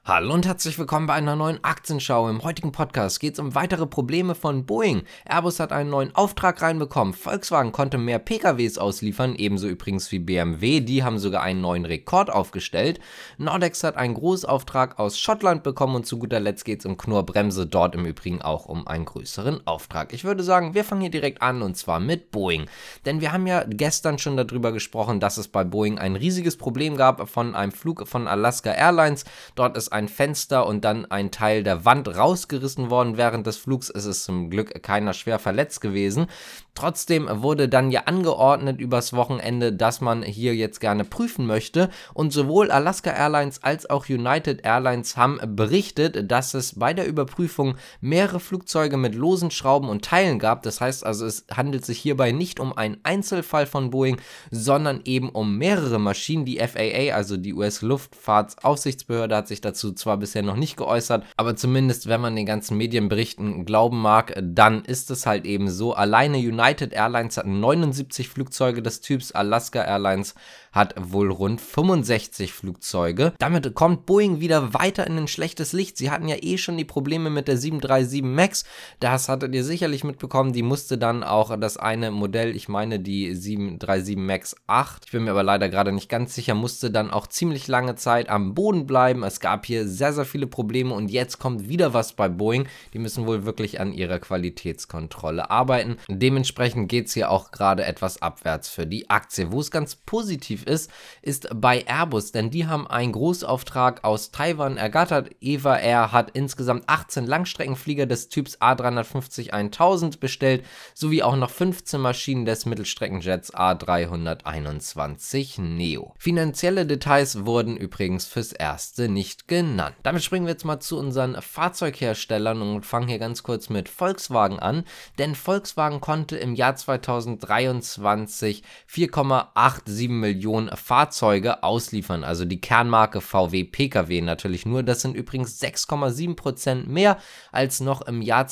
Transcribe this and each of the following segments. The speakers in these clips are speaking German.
Hallo und herzlich willkommen bei einer neuen Aktienschau. Im heutigen Podcast geht es um weitere Probleme von Boeing. Airbus hat einen neuen Auftrag reinbekommen. Volkswagen konnte mehr PKWs ausliefern, ebenso übrigens wie BMW. Die haben sogar einen neuen Rekord aufgestellt. Nordex hat einen Großauftrag aus Schottland bekommen und zu guter Letzt geht es um Knorr-Bremse. Dort im Übrigen auch um einen größeren Auftrag. Ich würde sagen, wir fangen hier direkt an und zwar mit Boeing. Denn wir haben ja gestern schon darüber gesprochen, dass es bei Boeing ein riesiges Problem gab von einem Flug von Alaska Airlines. Dort ist ein Fenster und dann ein Teil der Wand rausgerissen worden während des Flugs. Es ist zum Glück keiner schwer verletzt gewesen. Trotzdem wurde dann ja angeordnet übers Wochenende, dass man hier jetzt gerne prüfen möchte. Und sowohl Alaska Airlines als auch United Airlines haben berichtet, dass es bei der Überprüfung mehrere Flugzeuge mit losen Schrauben und Teilen gab. Das heißt also, es handelt sich hierbei nicht um einen Einzelfall von Boeing, sondern eben um mehrere Maschinen. Die FAA, also die US-Luftfahrtaufsichtsbehörde, hat sich dazu zwar bisher noch nicht geäußert, aber zumindest, wenn man den ganzen Medienberichten glauben mag, dann ist es halt eben so. Alleine United Airlines hat 79 Flugzeuge des Typs, Alaska Airlines hat wohl rund 65 Flugzeuge. Damit kommt Boeing wieder weiter in ein schlechtes Licht. Sie hatten ja schon die Probleme mit der 737 MAX. Das hattet ihr sicherlich mitbekommen. Die musste dann auch das eine Modell, ich meine die 737 MAX 8, ich bin mir aber leider gerade nicht ganz sicher, musste dann auch ziemlich lange Zeit am Boden bleiben. Es gab hier sehr, sehr viele Probleme und jetzt kommt wieder was bei Boeing. Die müssen wohl wirklich an ihrer Qualitätskontrolle arbeiten. Dementsprechend geht es hier auch gerade etwas abwärts für die Aktie. Wo es ganz positiv ist bei Airbus, denn die haben einen Großauftrag aus Taiwan ergattert. EVA Air hat insgesamt 18 Langstreckenflieger des Typs A350-1000 bestellt, sowie auch noch 15 Maschinen des Mittelstreckenjets A321 Neo. Finanzielle Details wurden übrigens fürs Erste nicht genannt. Damit springen wir jetzt mal zu unseren Fahrzeugherstellern und fangen hier ganz kurz mit Volkswagen an, denn Volkswagen konnte im Jahr 2023 4,87 Millionen Fahrzeuge ausliefern, also die Kernmarke VW Pkw natürlich nur. Das sind übrigens 6,7% mehr als noch im Jahr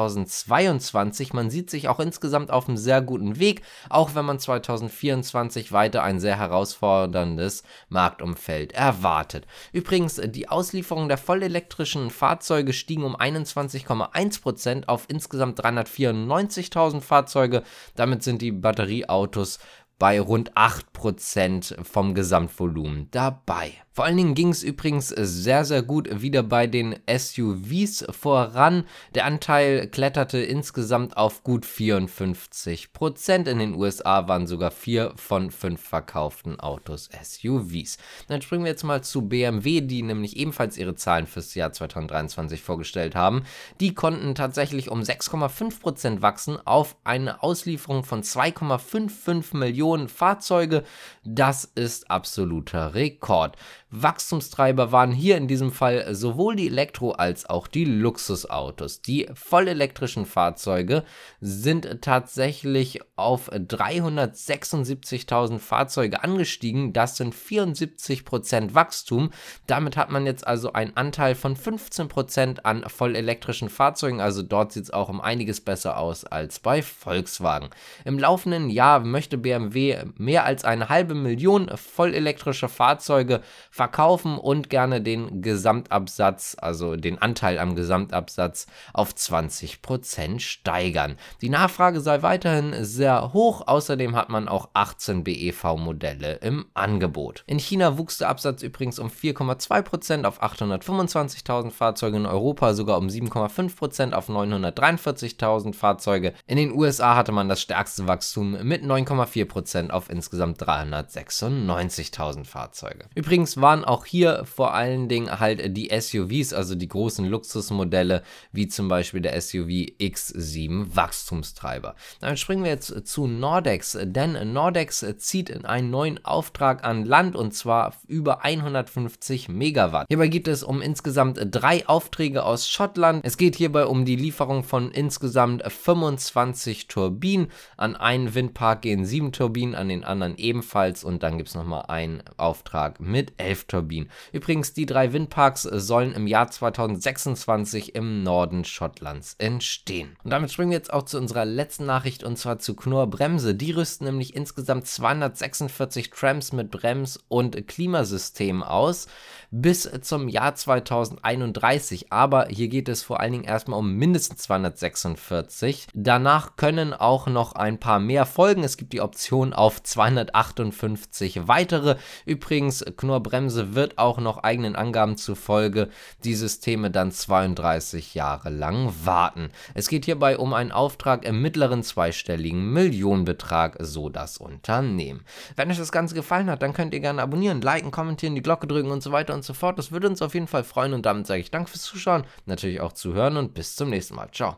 2022. Man sieht sich auch insgesamt auf einem sehr guten Weg, auch wenn man 2024 weiter ein sehr herausforderndes Marktumfeld erwartet. Übrigens, die Auslieferung der vollelektrischen Fahrzeuge stiegen um 21,1% auf insgesamt 394.000 Fahrzeuge. Damit sind die Batterieautos bei rund 8% vom Gesamtvolumen dabei. Vor allen Dingen ging es übrigens sehr, sehr gut wieder bei den SUVs voran. Der Anteil kletterte insgesamt auf gut 54%. In den USA waren sogar 4 von 5 verkauften Autos SUVs. Dann springen wir jetzt mal zu BMW, die nämlich ebenfalls ihre Zahlen fürs Jahr 2023 vorgestellt haben. Die konnten tatsächlich um 6,5% wachsen auf eine Auslieferung von 2,55 Millionen Fahrzeuge. Das ist absoluter Rekord. Wachstumstreiber waren hier in diesem Fall sowohl die Elektro- als auch die Luxusautos. Die vollelektrischen Fahrzeuge sind tatsächlich auf 376.000 Fahrzeuge angestiegen. Das sind 74% Wachstum. Damit hat man jetzt also einen Anteil von 15% an vollelektrischen Fahrzeugen. Also dort sieht es auch um einiges besser aus als bei Volkswagen. Im laufenden Jahr möchte BMW mehr als 500.000 vollelektrische Fahrzeuge verkaufen und gerne den Gesamtabsatz, also den Anteil am Gesamtabsatz auf 20% steigern. Die Nachfrage sei weiterhin sehr hoch, außerdem hat man auch 18 BEV-Modelle im Angebot. In China wuchs der Absatz übrigens um 4,2% auf 825.000 Fahrzeuge, in Europa sogar um 7,5% auf 943.000 Fahrzeuge. In den USA hatte man das stärkste Wachstum mit 9,4% auf insgesamt 396.000 Fahrzeuge. Übrigens waren auch hier vor allen Dingen halt die SUVs, also die großen Luxusmodelle, wie zum Beispiel der SUV X7 Wachstumstreiber. Dann springen wir jetzt zu Nordex, denn Nordex zieht in einen neuen Auftrag an Land und zwar über 150 Megawatt. Hierbei geht es um insgesamt 3 Aufträge aus Schottland. Es geht hierbei um die Lieferung von insgesamt 25 Turbinen. An einen Windpark gehen 7 Turbinen Turbinen, an den anderen ebenfalls und dann gibt es nochmal einen Auftrag mit 11 Turbinen. Übrigens, die 3 Windparks sollen im Jahr 2026 im Norden Schottlands entstehen. Und damit springen wir jetzt auch zu unserer letzten Nachricht und zwar zu Knorr-Bremse. Die rüsten nämlich insgesamt 246 Trams mit Brems- und Klimasystem aus bis zum Jahr 2031. Aber hier geht es vor allen Dingen erstmal um mindestens 246. Danach können auch noch ein paar mehr folgen. Es gibt die Option auf 258 weitere. Übrigens, Knorr-Bremse wird auch noch eigenen Angaben zufolge die Systeme dann 32 Jahre lang warten. Es geht hierbei um einen Auftrag im mittleren zweistelligen Millionenbetrag, so das Unternehmen. Wenn euch das Ganze gefallen hat, dann könnt ihr gerne abonnieren, liken, kommentieren, die Glocke drücken und so weiter und so fort. Das würde uns auf jeden Fall freuen und damit sage ich danke fürs Zuschauen, natürlich auch zuhören und bis zum nächsten Mal. Ciao.